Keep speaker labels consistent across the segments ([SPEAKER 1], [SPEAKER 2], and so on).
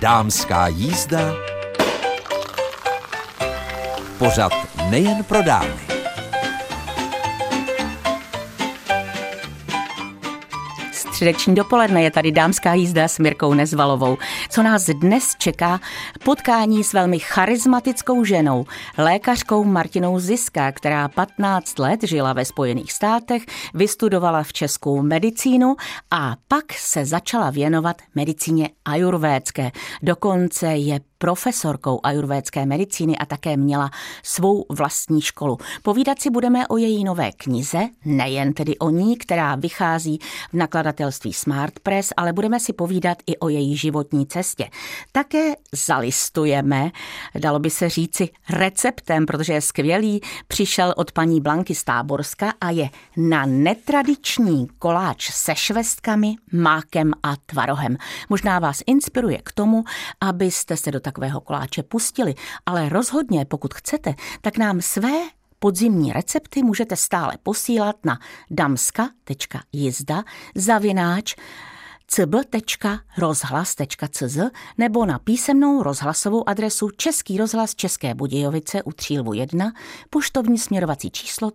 [SPEAKER 1] Dámská jízda, pořad nejen pro dámy.
[SPEAKER 2] Středeční dopoledne je tady Dámská jízda s Mirkou Nezvalovou. Co nás dnes čeká? Potkání s velmi charismatickou ženou, lékařkou Martinou Ziska, která 15 let žila ve Spojených státech, vystudovala v Česku medicínu a pak se začala věnovat medicíně ajurvédské. Dokonce je profesorkou ajurvédské medicíny a také měla svou vlastní školu. Povídat si budeme o její nové knize, nejen tedy o ní, která vychází v nakladatelství Smart Press, ale budeme si povídat i o její životní cestě. Také zalistujeme, dalo by se říci, receptem, protože je skvělý, přišel od paní Blanky z Táborska a je na netradiční koláč se švestkami, mákem a tvarohem. Možná vás inspiruje k tomu, abyste se do takového koláče pustili, ale rozhodně, pokud chcete, tak nám své podzimní recepty můžete stále posílat na damska.jizda@cb.rozhlas.cz nebo na písemnou rozhlasovou adresu Český rozhlas České Budějovice u Třílvu 1, poštovní směrovací číslo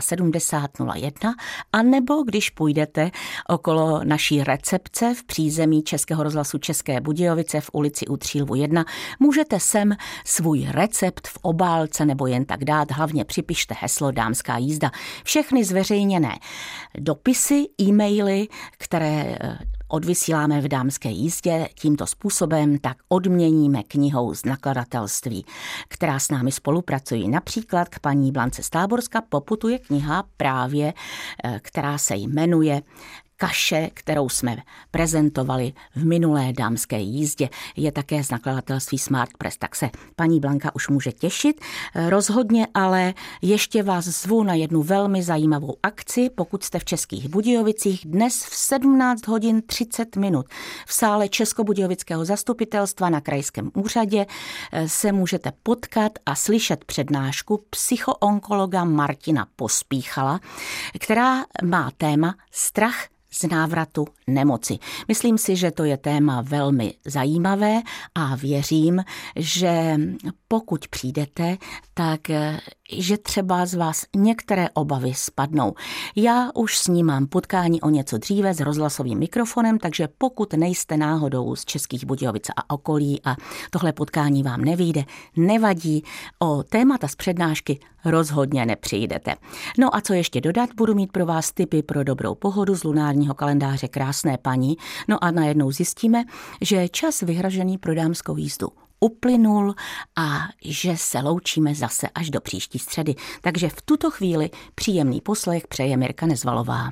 [SPEAKER 2] 370 01, a nebo když půjdete okolo naší recepce v přízemí Českého rozhlasu České Budějovice v ulici u Třílvu 1, můžete sem svůj recept v obálce nebo jen tak dát, hlavně připište heslo Dámská jízda. Všechny zveřejněné dopisy, e-maily, které odvysíláme v Dámské jízdě tímto způsobem, tak odměníme knihou z nakladatelství, která s námi spolupracují. Například k paní Blance z Táborska poputuje kniha právě, která se jmenuje Kaše, kterou jsme prezentovali v minulé Dámské jízdě. Je také z nakladatelství Smart Press, tak se paní Blanka už může těšit. Rozhodně ale ještě vás zvu na jednu velmi zajímavou akci, pokud jste v Českých Budějovicích, dnes v 17 hodin 30 minut v sále Českobudějovického zastupitelstva na krajském úřadě se můžete potkat a slyšet přednášku psychoonkologa Martina Pospíchala, která má téma strach z návratu nemoci. Myslím si, že to je téma velmi zajímavé a věřím, že pokud přijdete, tak že třeba z vás některé obavy spadnou. Já už s ním mám potkání o něco dříve s rozhlasovým mikrofonem, takže pokud nejste náhodou z Českých Budějovic a okolí a tohle potkání vám nevyjde, nevadí, o témata z přednášky rozhodně nepřijdete. No a co ještě dodat, budu mít pro vás tipy pro dobrou pohodu z lunárního kalendáře Krásné paní. No a najednou zjistíme, že čas vyhražený pro dámskou jízdu uplynul a že se loučíme zase až do příští středy. Takže v tuto chvíli příjemný poslech přeje Mirka Nezvalová.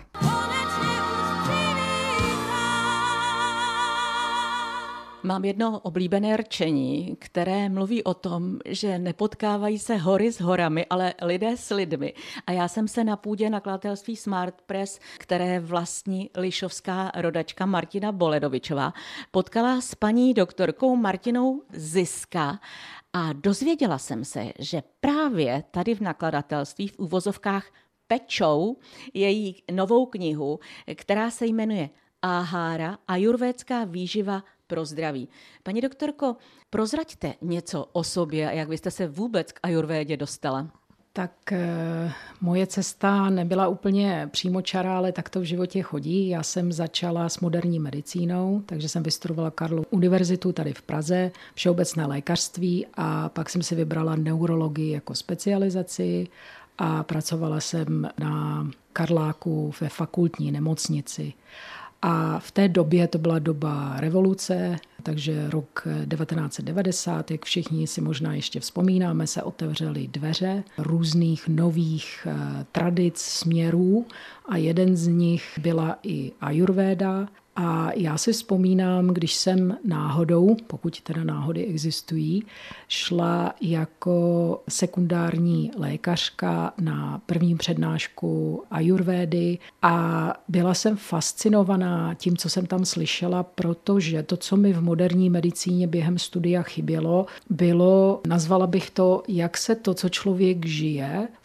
[SPEAKER 2] Mám jedno oblíbené rčení, které mluví o tom, že nepotkávají se hory s horami, ale lidé s lidmi. A já jsem se na půdě nakladatelství Smart Press, které vlastní lišovská rodačka Martina Boledovičová, potkala s paní doktorkou Martinou Ziska a dozvěděla jsem se, že právě tady v nakladatelství v uvozovkách pečou její novou knihu, která se jmenuje Áhára, ajurvédská výživa pro zdraví. Paní doktorko, prozraďte něco o sobě a jak byste se vůbec k ajurvédě dostala?
[SPEAKER 3] Tak moje cesta nebyla úplně přímočará, ale tak to v životě chodí. Já jsem začala s moderní medicínou, takže jsem vystudovala Karlovu univerzitu tady v Praze, všeobecné lékařství a pak jsem si vybrala neurologii jako specializaci a pracovala jsem na Karláku ve fakultní nemocnici. A v té době to byla doba revoluce, takže rok 1990, jak všichni si možná ještě vzpomínáme, se otevřely dveře různých nových tradic, směrů a jeden z nich byla i ajurvéda. A já si vzpomínám, když jsem náhodou, pokud teda náhody existují, šla jako sekundární lékařka na první přednášku ajurvédy a byla jsem fascinovaná tím, co jsem tam slyšela, protože to, co mi v moderní medicíně během studia chybělo, bylo, nazvala bych to, jak se to, co člověk žije, v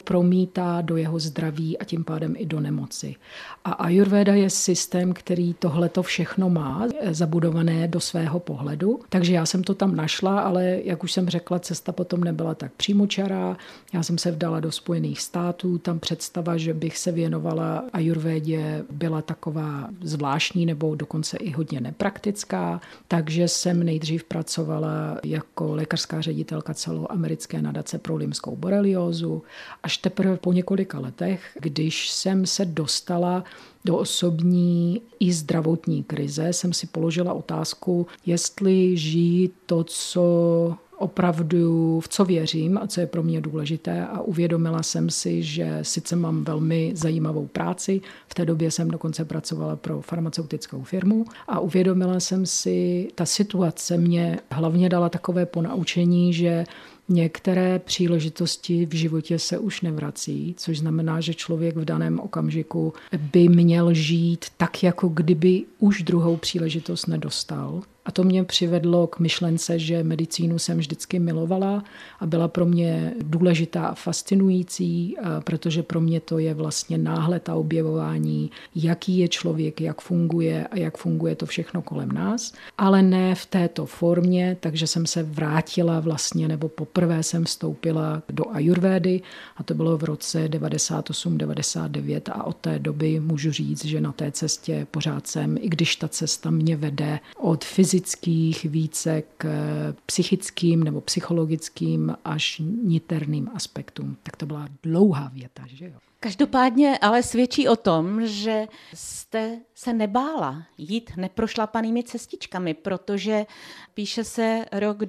[SPEAKER 3] promítá do jeho zdraví a tím pádem i do nemoci. A Ayurveda je systém, který tohleto všechno má zabudované do svého pohledu. Takže já jsem to tam našla, ale jak už jsem řekla, cesta potom nebyla tak přímočará. Já jsem se vdala do Spojených států, tam představa, že bych se věnovala Ayurvédě, byla taková zvláštní nebo dokonce i hodně nepraktická, takže jsem nejdřív pracovala jako lékařská ředitelka celoamerické nadace pro lymskou boreliózu, až teprve po několika letech, když jsem se dostala do osobní i zdravotní krize, jsem si položila otázku, jestli žít to, co opravdu, v co věřím a co je pro mě důležité, a uvědomila jsem si, že sice mám velmi zajímavou práci, v té době jsem dokonce pracovala pro farmaceutickou firmu, a uvědomila jsem si, ta situace mě hlavně dala takové ponaučení, že některé příležitosti v životě se už nevrací, což znamená, že člověk v daném okamžiku by měl žít tak, jako kdyby už druhou příležitost nedostal. A to mě přivedlo k myšlence, že medicínu jsem vždycky milovala a byla pro mě důležitá a fascinující, protože pro mě to je vlastně náhled a objevování, jaký je člověk, jak funguje a jak funguje to všechno kolem nás, ale ne v této formě, takže jsem se vrátila vlastně, nebo poprvé jsem vstoupila do Ayurvédy a to bylo v roce 98-99 a od té doby můžu říct, že na té cestě pořád jsem, i když ta cesta mě vede od fyzických více k psychickým nebo psychologickým až niterným aspektům. Tak to byla dlouhá věta, že jo?
[SPEAKER 2] Každopádně ale svědčí o tom, že jste se nebála jít neprošlapanými cestičkami, protože píše se rok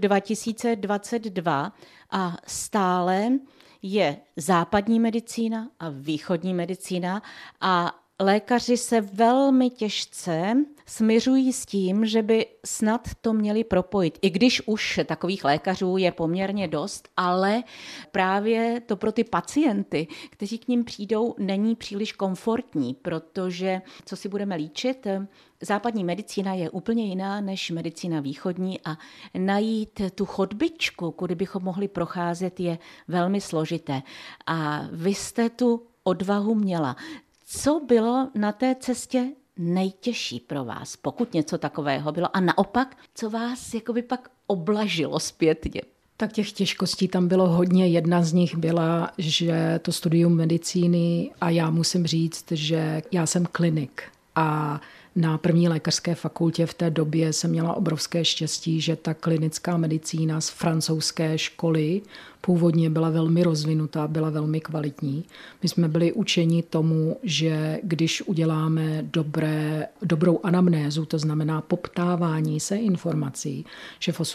[SPEAKER 2] 2022 a stále je západní medicína a východní medicína a lékaři se velmi těžce smiřují s tím, že by snad to měli propojit. I když už takových lékařů je poměrně dost, ale právě to pro ty pacienty, kteří k ním přijdou, není příliš komfortní, protože co si budeme líčit, západní medicína je úplně jiná než medicína východní a najít tu chodbičku, kudy bychom mohli procházet, je velmi složité. A vy jste tu odvahu měla. Co bylo na té cestě nejtěžší pro vás, pokud něco takového bylo? A naopak, co vás jakoby pak oblažilo zpětně?
[SPEAKER 3] Tak těch těžkostí tam bylo hodně. Jedna z nich byla, že to studium medicíny, a já musím říct, že já jsem klinik a na první lékařské fakultě v té době jsem měla obrovské štěstí, že ta klinická medicína z francouzské školy původně byla velmi rozvinutá, byla velmi kvalitní. My jsme byli učeni tomu, že když uděláme dobrou anamnézu, to znamená poptávání se informací, že v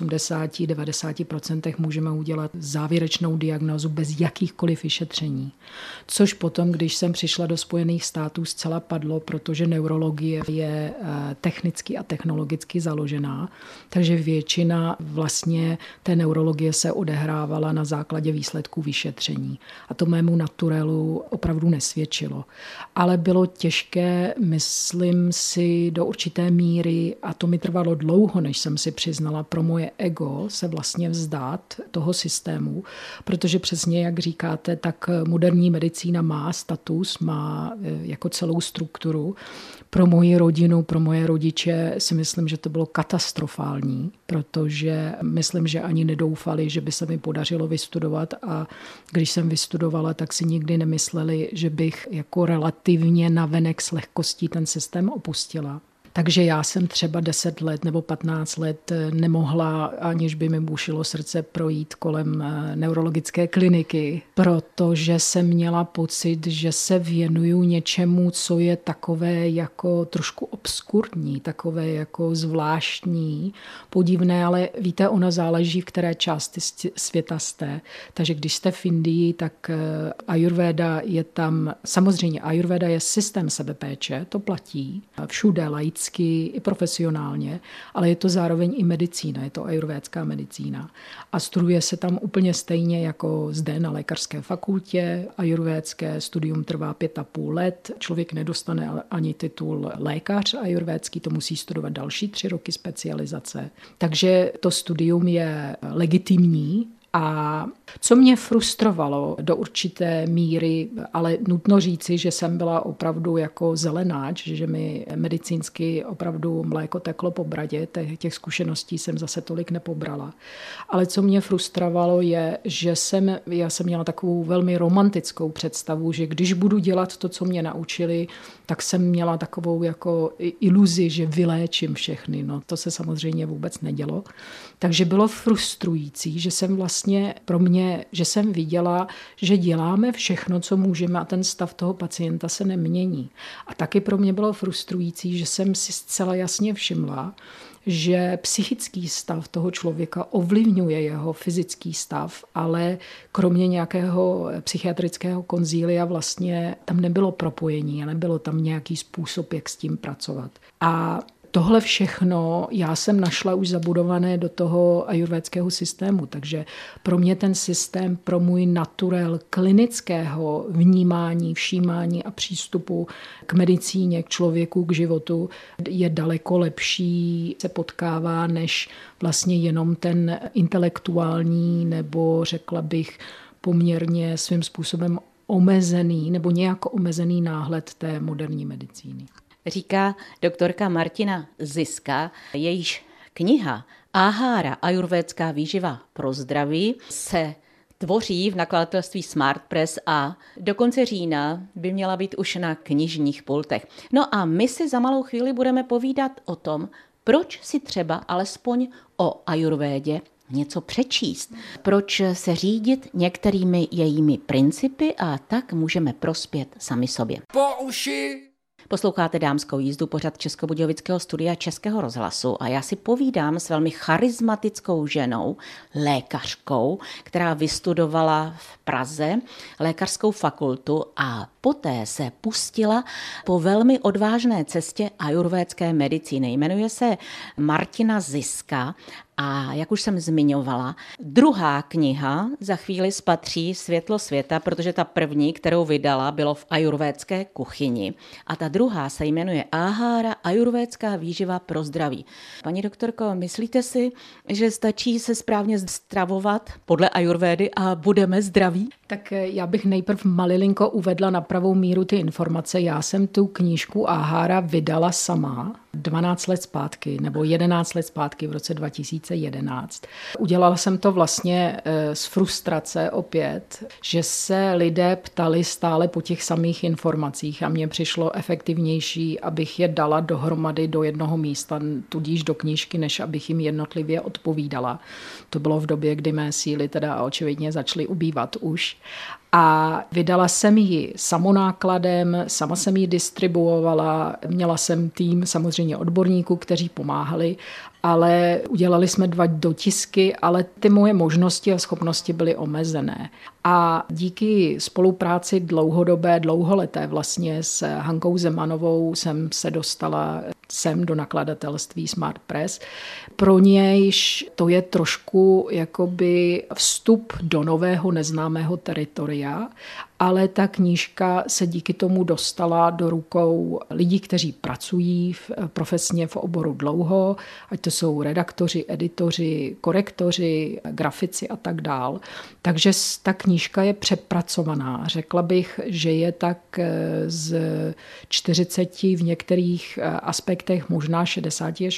[SPEAKER 3] 80-90% můžeme udělat závěrečnou diagnózu bez jakýchkoliv vyšetření. Což potom, když jsem přišla do Spojených států, zcela padlo, protože neurologie je technicky a technologicky založená, takže většina vlastně té neurologie se odehrávala na základě výsledků vyšetření. A to mému naturelu opravdu nesvědčilo. Ale bylo těžké, myslím si, do určité míry, a to mi trvalo dlouho, než jsem si přiznala, pro moje ego se vlastně vzdát toho systému, protože přesně, jak říkáte, tak moderní medicína má status, má jako celou strukturu. Pro moji rodinu, pro moje rodiče si myslím, že to bylo katastrofální, protože myslím, že ani nedoufali, že by se mi podařilo vystudovat, a když jsem vystudovala, tak si nikdy nemysleli, že bych jako relativně navenek s lehkostí ten systém opustila. Takže já jsem třeba 10 let nebo 15 let nemohla, aniž by mi bušilo srdce, projít kolem neurologické kliniky, protože jsem měla pocit, že se věnuju něčemu, co je takové jako trošku obskurní, takové jako zvláštní, podivné, ale víte, ono záleží, v které části světa jste. Takže když jste v Indii, tak Ayurveda je tam, samozřejmě Ayurveda je systém sebepéče, to platí všude laicky i profesionálně, ale je to zároveň i medicína, je to ajurvédská medicína. A studuje se tam úplně stejně jako zde na lékařské fakultě. Ajurvédské studium trvá 5,5 let. Člověk nedostane ani titul lékař ajurvédský, to musí studovat další 3 roky specializace. Takže to studium je legitimní, A co mě frustrovalo do určité míry, ale nutno říci, že jsem byla opravdu jako zelenáč, že mi medicínsky opravdu mléko teklo po bradě, těch zkušeností jsem zase tolik nepobrala. Ale co mě frustrovalo je, že já jsem měla takovou velmi romantickou představu, že když budu dělat to, co mě naučili, tak jsem měla takovou jako iluzi, že vyléčím všechny. No to se samozřejmě vůbec nedělo. Takže bylo frustrující, že jsem vlastně pro mě, že jsem viděla, že děláme všechno, co můžeme a ten stav toho pacienta se nemění. A taky pro mě bylo frustrující, že jsem si zcela jasně všimla, že psychický stav toho člověka ovlivňuje jeho fyzický stav, ale kromě nějakého psychiatrického konzília vlastně tam nebylo propojení a nebylo tam nějaký způsob, jak s tím pracovat. A tohle všechno já jsem našla už zabudované do toho ajurvédského systému, takže pro mě ten systém, pro můj naturel klinického vnímání, všímání a přístupu k medicíně, k člověku, k životu je daleko lepší, se potkává, než vlastně jenom ten intelektuální nebo řekla bych poměrně svým způsobem omezený nebo nějak omezený náhled té moderní medicíny.
[SPEAKER 2] Říká doktorka Martina Ziska, jejíž kniha Áhára, ajurvédská výživa pro zdraví se tvoří v nakladatelství Smart Press a do konce října by měla být už na knižních pultech. No a my si za malou chvíli budeme povídat o tom, proč si třeba alespoň o ajurvédě něco přečíst, proč se řídit některými jejími principy a tak můžeme prospět sami sobě.
[SPEAKER 1] Po uši!
[SPEAKER 2] Posloucháte Dámskou jízdu, pořad Českobudějovického studia Českého rozhlasu a já si povídám s velmi charismatickou ženou, lékařkou, která vystudovala v Praze lékařskou fakultu a poté se pustila po velmi odvážné cestě ajurvédské medicíny. Jmenuje se Martina Ziska a jak už jsem zmiňovala, druhá kniha za chvíli spatří světlo světa, protože ta první, kterou vydala, bylo v ajurvédské kuchyni a ta druhá se jmenuje Áhára, ajurvédská výživa pro zdraví. Paní doktorko, myslíte si, že stačí se správně stravovat podle ajurvédy a budeme zdraví?
[SPEAKER 3] Tak já bych nejprv malilinko uvedla na pravou míru ty informace. Já jsem tu knížku Áhára vydala sama 12 let zpátky nebo 11 let zpátky v roce 2011. Udělala jsem to vlastně z frustrace opět, že se lidé ptali stále po těch samých informacích a mně přišlo efektivnější, abych je dala dohromady do jednoho místa, tudíž do knížky, než abych jim jednotlivě odpovídala. To bylo v době, kdy mé síly teda očividně začaly ubývat už. A vydala jsem ji samonákladem, sama jsem ji distribuovala, měla jsem tým samozřejmě odborníků, kteří pomáhali, ale udělali jsme 2 dotisky, ale ty moje možnosti a schopnosti byly omezené. A díky spolupráci dlouholeté vlastně s Hankou Zemanovou jsem se dostala sem do nakladatelství Smart Press. Pro nějž to je trošku jakoby vstup do nového neznámého teritoria, ale ta knížka se díky tomu dostala do rukou lidí, kteří pracují profesně v oboru dlouho, ať to jsou redaktoři, editoři, korektoři, grafici a tak dál. Takže ta knížka je přepracovaná. Řekla bych, že je tak z 40 v některých aspektech, možná 60 až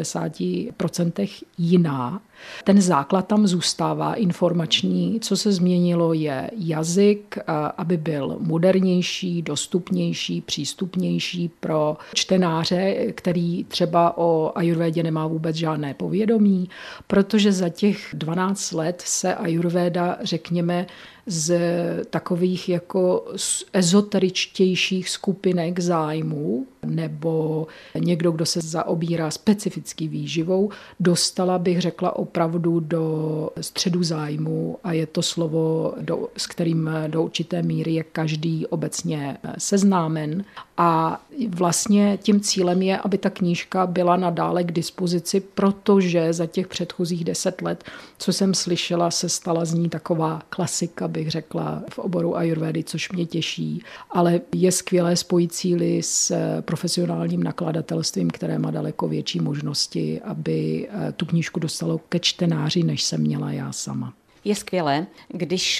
[SPEAKER 3] 80% jiná. Ten základ tam zůstává informační. Co se změnilo je jazyk, aby byl modernější, dostupnější, přístupnější pro čtenáře, který třeba o ajurvédě nemá vůbec žádné povědomí, protože za těch 12 let se ajurvéda, řekněme, z takových jako ezoteričtějších skupinek zájmů nebo někdo, kdo se zaobírá specifický výživou, dostala, bych řekla, opravdu do středu zájmu a je to slovo, s kterým do určité míry je každý obecně seznámen. A vlastně tím cílem je, aby ta knížka byla nadále k dispozici, protože za těch předchozích 10 let, co jsem slyšela, se stala z ní taková klasika, bych řekla, v oboru ajurvédy, což mě těší. Ale je skvělé spojit síly s profesionálním nakladatelstvím, které má daleko větší možnosti, aby tu knížku dostalo ke čtenáři, než jsem měla já sama.
[SPEAKER 2] Je skvělé, když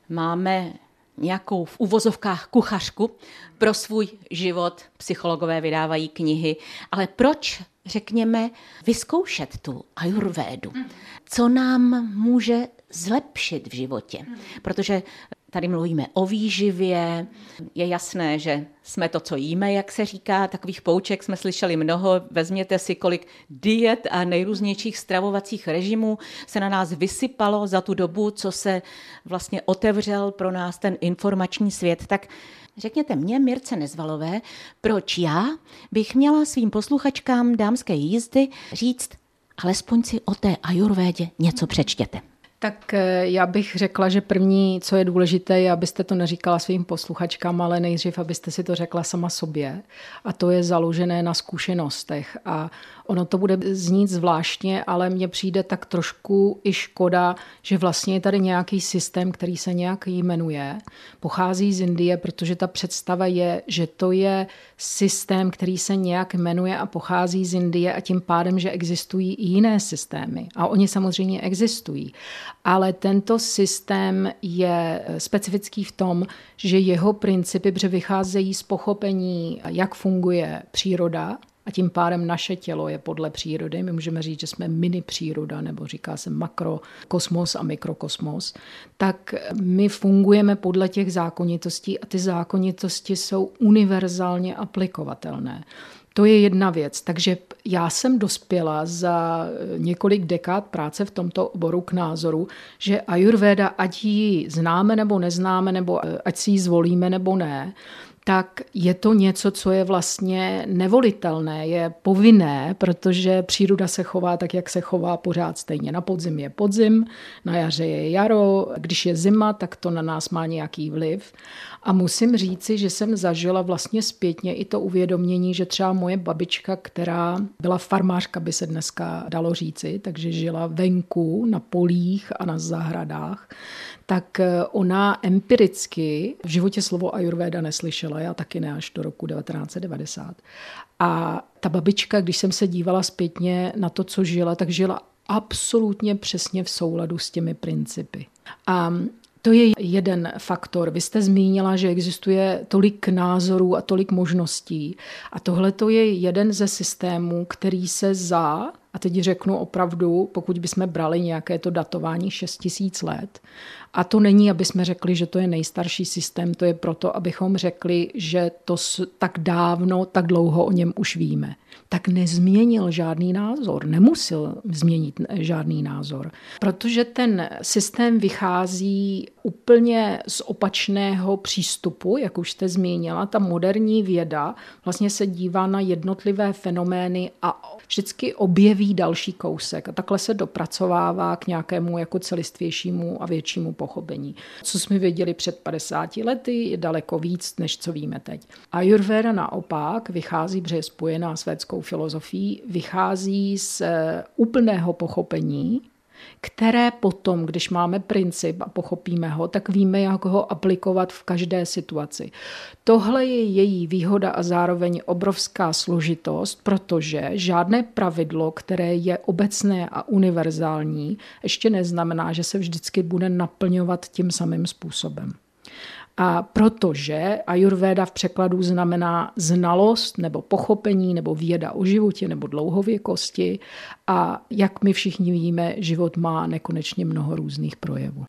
[SPEAKER 2] máme nějakou v uvozovkách kuchařku pro svůj život, psychologové vydávají knihy, ale proč, řekněme, vyzkoušet tu ajurvédu? Co nám může zlepšit v životě? Protože tady mluvíme o výživě, je jasné, že jsme to, co jíme, jak se říká, takových pouček jsme slyšeli mnoho, vezměte si, kolik diet a nejrůznějších stravovacích režimů se na nás vysypalo za tu dobu, co se vlastně otevřel pro nás ten informační svět. Tak řekněte mě, Mirce Nezvalové, proč já bych měla svým posluchačkám dámské jízdy říct, alespoň si o té ajurvédě něco přečtěte.
[SPEAKER 3] Tak já bych řekla, že první, co je důležité, je, abyste to neříkala svým posluchačkám, ale nejdřív, abyste si to řekla sama sobě. A to je založené na zkušenostech. A ono to bude znít zvláštně, ale mně přijde tak trošku i škoda, že vlastně je tady nějaký systém, který se nějak jmenuje. Pochází z Indie, protože ta představa je, že to je systém, který se nějak jmenuje a pochází z Indie a tím pádem, že existují i jiné systémy. A oni samozřejmě existují. Ale tento systém je specifický v tom, že jeho principy vycházejí z pochopení, jak funguje příroda, a tím pádem naše tělo je podle přírody. My můžeme říct, že jsme mini příroda, nebo říká se makrokosmos a mikrokosmos. Tak my fungujeme podle těch zákonitostí a ty zákonitosti jsou univerzálně aplikovatelné. To je jedna věc. Takže já jsem dospěla za několik dekád práce v tomto oboru k názoru, že ajurvéda, ať ji známe nebo neznáme, nebo ať si ji zvolíme nebo ne, tak je to něco, co je vlastně nevolitelné, je povinné, protože příroda se chová tak, jak se chová pořád stejně. Na podzim je podzim, na jaře je jaro, když je zima, tak to na nás má nějaký vliv. A musím říci, že jsem zažila vlastně zpětně i to uvědomění, že třeba moje babička, která byla farmářka, by se dneska dalo říci, takže žila venku, na polích a na zahradách, tak ona empiricky v životě slovo ajurvéda neslyšela, já taky ne až do roku 1990. A ta babička, když jsem se dívala zpětně na to, co žila, tak žila absolutně přesně v souladu s těmi principy. A to je jeden faktor. Vy jste zmínila, že existuje tolik názorů a tolik možností. A tohle to je jeden ze systémů, který se a teď řeknu opravdu, pokud bychom brali nějaké to datování 6000 let, a to není, aby jsme řekli, že to je nejstarší systém, to je proto, abychom řekli, že to tak dávno, tak dlouho o něm už víme. Tak nezměnil žádný názor, nemusel změnit žádný názor, protože ten systém vychází úplně z opačného přístupu, jak už jste zmínila. Ta moderní věda vlastně se dívá na jednotlivé fenomény a vždycky objeví další kousek a takhle se dopracovává k nějakému jako celistvějšímu a většímu pochopení. Co jsme věděli před 50 lety, je daleko víc, než co víme teď. Ajurvéda naopak vychází, protože je spojená s védskou filozofií, vychází z úplného pochopení, které potom, když máme princip a pochopíme ho, tak víme, jak ho aplikovat v každé situaci. Tohle je její výhoda a zároveň obrovská složitost, protože žádné pravidlo, které je obecné a univerzální, ještě neznamená, že se vždycky bude naplňovat tím samým způsobem. A protože ajurvéda v překladu znamená znalost nebo pochopení nebo věda o životě nebo dlouhověkosti a jak my všichni víme, život má nekonečně mnoho různých projevů.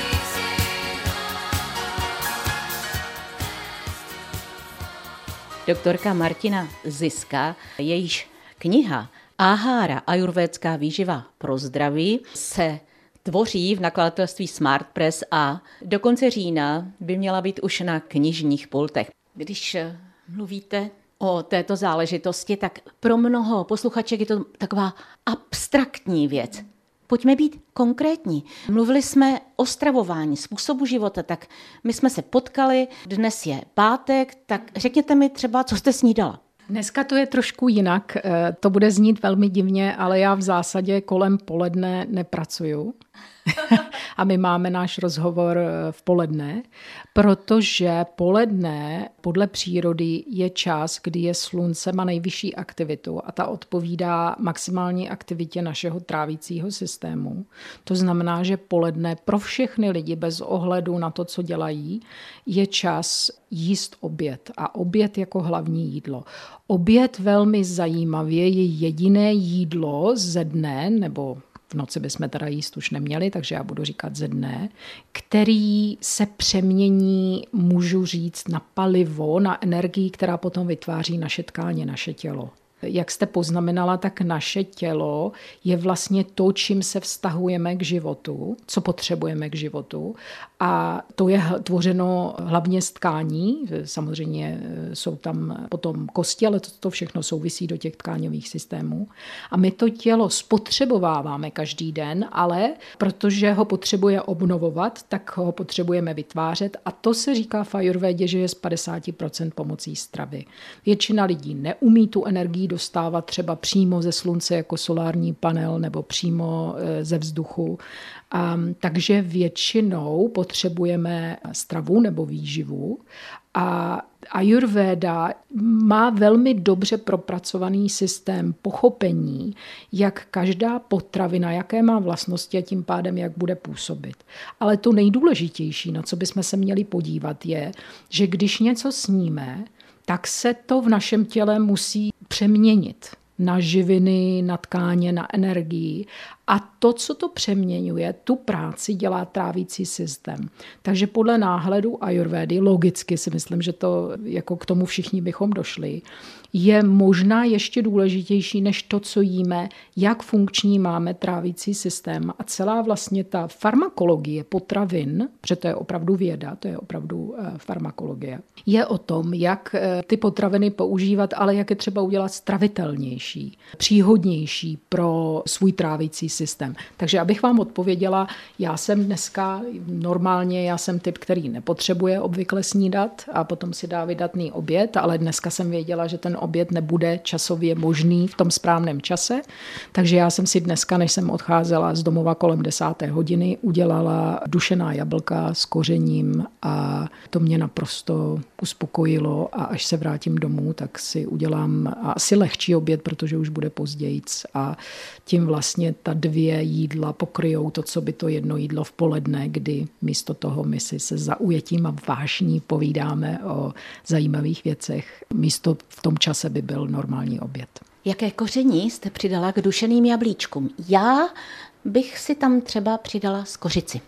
[SPEAKER 2] Doktorka Martina Ziska, jejíž kniha Áhára, ajurvédská výživa pro zdraví se tvoří v nakladatelství Smart Press a do konce října by měla být už na knižních pultech. Když mluvíte o této záležitosti, tak pro mnoho posluchaček je to taková abstraktní věc. Pojďme být konkrétní. Mluvili jsme o stravování, způsobu života, tak my jsme se potkali, dnes je pátek, tak řekněte mi třeba, co jste snídala.
[SPEAKER 3] Dneska to je trošku jinak, to bude znít velmi divně, ale já v zásadě kolem poledne nepracuju. A my máme náš rozhovor v poledne, protože poledne podle přírody je čas, kdy je slunce, má nejvyšší aktivitu a ta odpovídá maximální aktivitě našeho trávicího systému. To znamená, že poledne pro všechny lidi bez ohledu na to, co dělají, je čas jíst oběd a oběd jako hlavní jídlo. Oběd velmi zajímavě je jediné jídlo ze dne, nebo v noci bychom teda jíst už neměli, takže já budu říkat ze dne, který se přemění, můžu říct, na palivo, na energii, která potom vytváří naše tkáně, naše tělo. Jak jste poznamenala, tak naše tělo je vlastně to, čím se vztahujeme k životu, co potřebujeme k životu. A to je tvořeno hlavně z tkání. Samozřejmě jsou tam potom kosti, ale to všechno souvisí do těch tkáňových systémů. A my to tělo spotřebováváme každý den, ale protože ho potřebuje obnovovat, tak ho potřebujeme vytvářet. A to se říká v ajurvédě, že je z 50% pomocí stravy. Většina lidí neumí tu energii dostávat třeba přímo ze slunce jako solární panel nebo přímo ze vzduchu. Takže většinou potřebujeme stravu nebo výživu a ajurvéda má velmi dobře propracovaný systém pochopení, jak každá potravina, jaké má vlastnosti a tím pádem, jak bude působit. Ale to nejdůležitější, na co bychom se měli podívat, je, že když něco sníme, tak se to v našem těle musí přeměnit na živiny, na tkáně, na energii. A to, co to přeměňuje, tu práci dělá trávící systém. Takže podle náhledu ajurvédy, logicky si myslím, že to jako k tomu všichni bychom došli, je možná ještě důležitější než to, co jíme, jak funkční máme trávící systém. A celá vlastně ta farmakologie potravin, protože to je opravdu věda, to je opravdu farmakologie, je o tom, jak ty potraviny používat, ale jak je třeba udělat stravitelnější, příhodnější pro svůj trávící systém. Takže abych vám odpověděla, já jsem dneska normálně, já jsem typ, který nepotřebuje obvykle snídat a potom si dá vydatný oběd, ale dneska jsem věděla, že ten oběd nebude časově možný v tom správném čase, takže já jsem si dneska, než jsem odcházela z domova kolem 10. hodiny, udělala dušená jablka s kořením a to mě naprosto uspokojilo a až se vrátím domů, tak si udělám asi lehčí oběd, protože už bude pozdějíc a tím vlastně ta 2 jídla pokryjou to, co by to jedno jídlo v poledne, kdy místo toho my si se zaujetím a vášní povídáme o zajímavých věcech. Místo v tom čase by byl normální oběd.
[SPEAKER 2] Jaké koření jste přidala k dušeným jablíčkům? Já bych si tam třeba přidala skořici.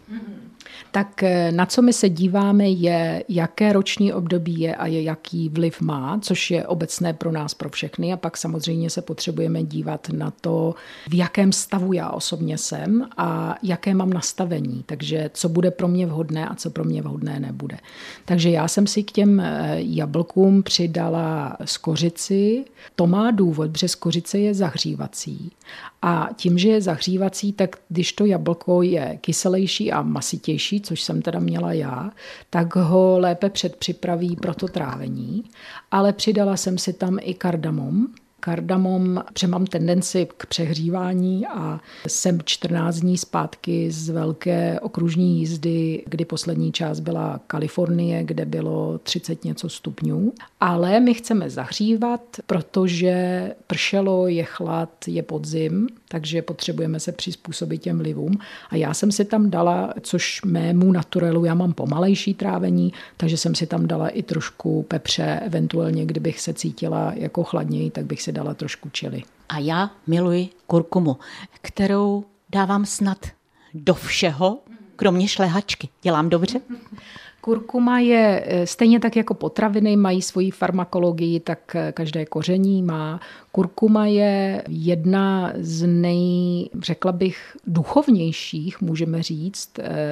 [SPEAKER 3] Tak na co my se díváme je, jaké roční období je a jaký vliv má, což je obecné pro nás, pro všechny. A pak samozřejmě se potřebujeme dívat na to, v jakém stavu já osobně jsem a jaké mám nastavení. Takže co bude pro mě vhodné a co pro mě vhodné nebude. Takže já jsem si k těm jablkům přidala skořici. To má důvod, protože skořice je zahřívací. A tím, že je zahřívací, tak když to jablko je kyselější a masitější, což jsem teda měla já, tak ho lépe předpřipraví pro to trávení. Ale přidala jsem si tam i kardamom. Protože mám tendenci k přehřívání a jsem 14 dní zpátky z velké okružní jízdy, kdy poslední část byla Kalifornie, kde bylo 30 něco stupňů. Ale my chceme zahřívat, protože pršelo, je chlad, je podzim, takže potřebujeme se přizpůsobit těm vlivům. A já jsem si tam dala, což mému naturelu, já mám pomalejší trávení, takže jsem si tam dala i trošku pepře, eventuálně kdybych se cítila jako chladněji, tak bych si dala trošku chili.
[SPEAKER 2] A já miluji kurkumu, kterou dávám snad do všeho, kromě šlehačky. Dělám dobře?
[SPEAKER 3] Kurkuma je stejně tak jako potraviny mají svoji farmakologii, tak každé koření má. Kurkuma je jedna z řekla bych, duchovnějších, můžeme říct,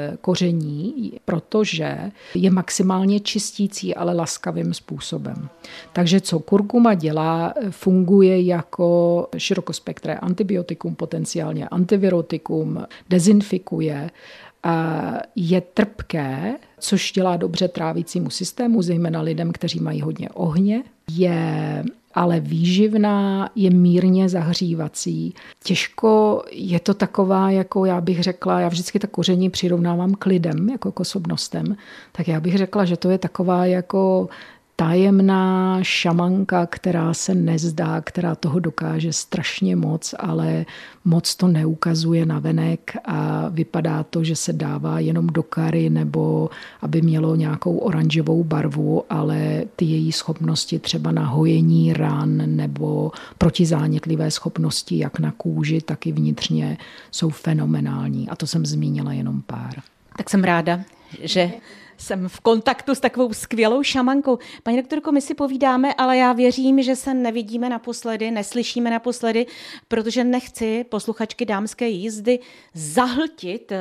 [SPEAKER 3] koření, protože je maximálně čistící, ale laskavým způsobem. Takže co kurkuma dělá, funguje jako širokospektré antibiotikum, potenciálně antivirotikum, dezinfikuje, je trpké, což dělá dobře trávicímu systému, zejména lidem, kteří mají hodně ohně. Je ale výživná, je mírně zahřívací. Těžko je to taková, jako já bych řekla, já vždycky ta koření přirovnávám k lidem, jako k osobnostem, tak já bych řekla, že to je taková jako tajemná šamanka, která se nezdá, která toho dokáže strašně moc, ale moc to neukazuje navenek a vypadá to, že se dává jenom do kary nebo aby mělo nějakou oranžovou barvu, ale ty její schopnosti třeba na hojení ran nebo protizánětlivé schopnosti jak na kůži, tak i vnitřně jsou fenomenální. A to jsem zmínila jenom pár.
[SPEAKER 2] Tak jsem ráda, že jsem v kontaktu s takovou skvělou šamankou. Paní doktorko, my si povídáme, ale já věřím, že se nevidíme naposledy, neslyšíme naposledy, protože nechci posluchačky Dámské jízdy zahltit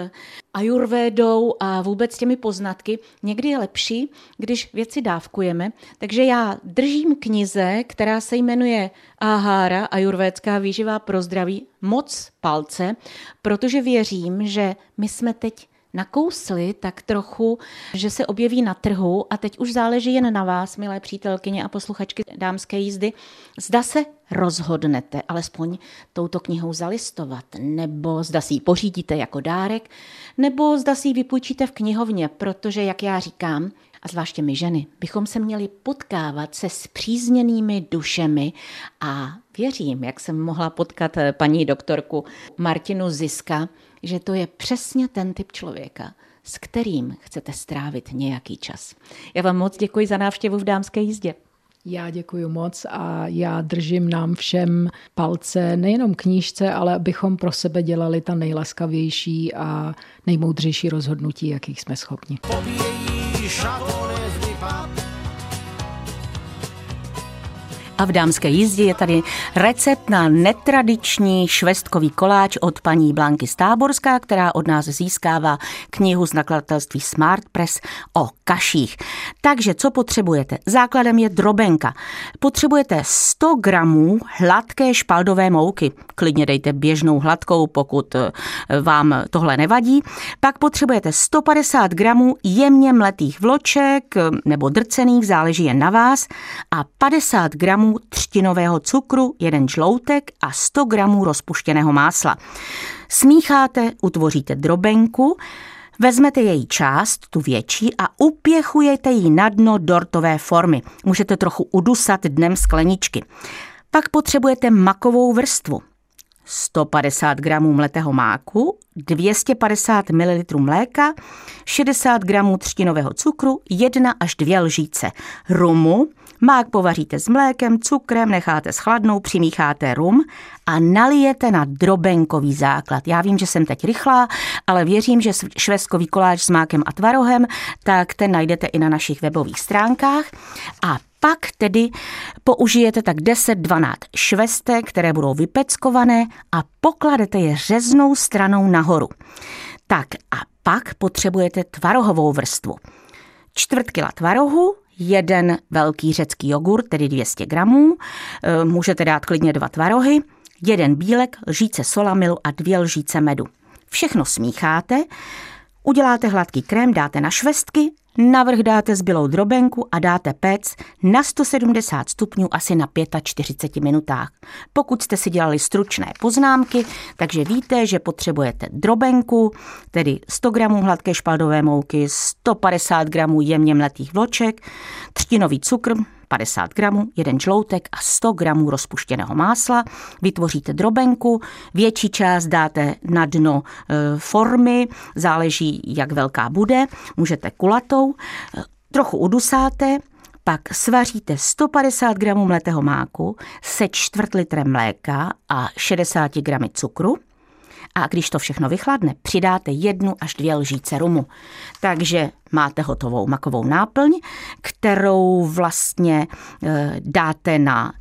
[SPEAKER 2] ajurvédou a vůbec těmi poznatky. Někdy je lepší, když věci dávkujeme. Takže já držím knize, která se jmenuje Ahára, ajurvédská výživa pro zdraví, moc palce, protože věřím, že my jsme teď nakousli tak trochu, že se objeví na trhu a teď už záleží jen na vás, milé přítelkyně a posluchačky Dámské jízdy, zda se rozhodnete alespoň touto knihou zalistovat, nebo zda si ji pořídíte jako dárek, nebo zda si ji vypůjčíte v knihovně, protože, jak já říkám, a zvláště my ženy, bychom se měli potkávat se spřízněnými dušemi a věřím, jak jsem mohla potkat paní doktorku Martinu Ziska, že to je přesně ten typ člověka, s kterým chcete strávit nějaký čas. Já vám moc děkuji za návštěvu v Dámské jízdě.
[SPEAKER 3] Já děkuji moc a já držím nám všem palce, nejenom knížce, ale abychom pro sebe dělali ta nejlaskavější a nejmoudřejší rozhodnutí, jakých jsme schopni.
[SPEAKER 2] A v Dámské jízdě je tady recept na netradiční švestkový koláč od paní Blanky Stáborská, která od nás získává knihu z nakladatelství Smart Press o kaších. Takže co potřebujete? Základem je drobenka. Potřebujete 100 gramů hladké špaldové mouky. Klidně dejte běžnou hladkou, pokud vám tohle nevadí. Pak potřebujete 150 gramů jemně mletých vloček nebo drcených, záleží jen na vás, a 50 gramů třtinového cukru, 1 žloutek a 100 gramů rozpuštěného másla. Smícháte, utvoříte drobenku, vezmete její část, tu větší, a upěchujete ji na dno dortové formy. Můžete trochu udusat dnem skleničky. Pak potřebujete makovou vrstvu. 150 gramů mletého máku, 250 ml mléka, 60 gramů třtinového cukru, 1 až 2 lžíce rumu. Mák povaříte s mlékem, cukrem, necháte schladnout, přimícháte rum a nalijete na drobenkový základ. Já vím, že jsem teď rychlá, ale věřím, že švestkový koláč s mákem a tvarohem, tak ten najdete i na našich webových stránkách. A pak tedy použijete tak 10-12 švestek, které budou vypeckované, a pokladete je řeznou stranou nahoru. Tak a pak potřebujete tvarohovou vrstvu. 1/4 kila tvarohu, 1 velký řecký jogurt, tedy 200 gramů, můžete dát klidně 2 tvarohy, 1 bílek, lžíce solamilu a 2 lžíce medu. Všechno smícháte, uděláte hladký krém, dáte na švestky, navrch dáte zbylou drobenku a dáte péct na 170 stupňů asi na 45 minutách. Pokud jste si dělali stručné poznámky, takže víte, že potřebujete drobenku, tedy 100 gramů hladké špaldové mouky, 150 gramů jemně mletých vloček, třtinový cukr, 50 gramů, 1 žloutek a 100 gramů rozpuštěného másla. Vytvoříte drobenku, větší část dáte na dno formy, záleží, jak velká bude, můžete kulatou, trochu udusáte, pak svaříte 150 gramů mletého máku se 1/4 litru mléka a 60 gramy cukru. A když to všechno vychladne, přidáte 1 až 2 lžíce rumu. Takže máte hotovou makovou náplň, kterou vlastně dáte na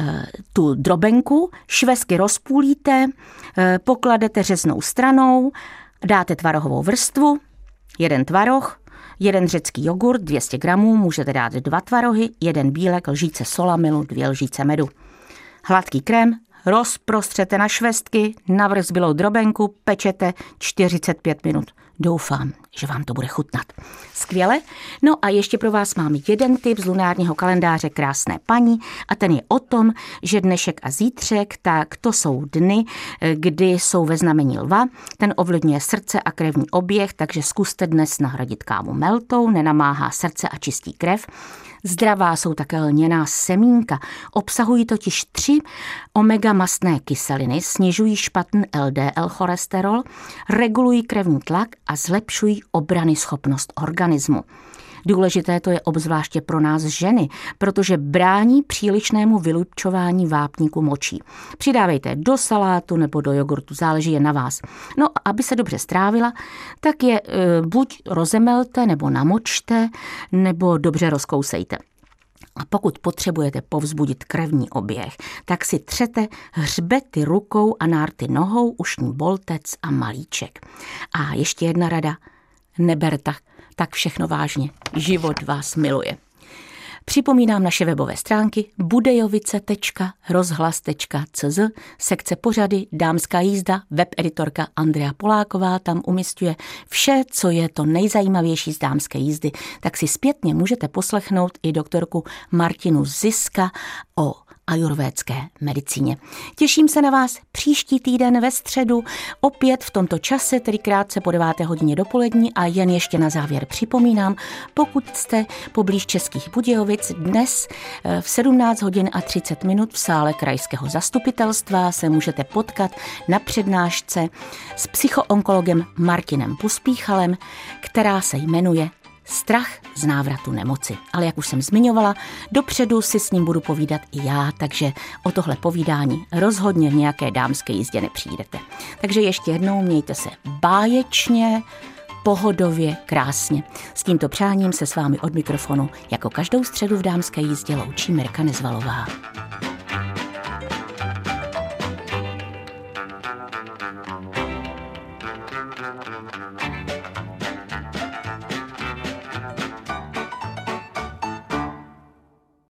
[SPEAKER 2] tu drobenku, švestky rozpůlíte, pokladete řeznou stranou, dáte tvarohovou vrstvu, 1 tvaroh, 1 řecký jogurt, 200 gramů, můžete dát 2 tvarohy, 1 bílek, lžíce solamilu, 2 lžíce medu. Hladký krém rozprostřete na švestky, navrch zbylou drobenku, pečete 45 minut. Doufám, že vám to bude chutnat. Skvěle. No a ještě pro vás mám jeden tip z lunárního kalendáře Krásné paní a ten je o tom, že dnešek a zítřek, tak to jsou dny, kdy jsou ve znamení lva. Ten ovlivňuje srdce a krevní oběh, takže zkuste dnes nahradit kávu meltou, nenamáhá srdce a čistí krev. Zdravá jsou také lněná semínka. Obsahují totiž 3 omega mastné kyseliny, snižují špatný LDL cholesterol, regulují krevní tlak a zlepšují obranyschopnost organismu. Důležité to je obzvláště pro nás ženy, protože brání přílišnému vylučování vápníku močí. Přidávejte do salátu nebo do jogurtu, záleží jen na vás. No a aby se dobře strávila, tak je buď rozemelte nebo namočte, nebo dobře rozkousejte. A pokud potřebujete povzbudit krevní oběh, tak si třete hřbety rukou a nárty nohou, ušní boltec a malíček. A ještě jedna rada, neberte tak všechno vážně. Život vás miluje. Připomínám naše webové stránky budejovice.rozhlas.cz, sekce pořady, dámská jízda, webeditorka Andrea Poláková tam umisťuje vše, co je to nejzajímavější z dámské jízdy, tak si zpětně můžete poslechnout i doktorku Martinu Ziska o ajurvédské medicíně. Těším se na vás příští týden ve středu, opět v tomto čase, tedy krátce po 9. hodině dopolední a jen ještě na závěr připomínám, pokud jste poblíž Českých Budějovic, dnes v 17 hodin a 30 minut v sále krajského zastupitelstva se můžete potkat na přednášce s psychoonkologem Martinem Pospíchalem, která se jmenuje Strach z návratu nemoci. Ale jak už jsem zmiňovala, dopředu si s ním budu povídat i já, takže o tohle povídání rozhodně v nějaké dámské jízdě nepřijdete. Takže ještě jednou mějte se báječně, pohodově, krásně. S tímto přáním se s vámi od mikrofonu jako každou středu v dámské jízdě loučí Mirka Nezvalová.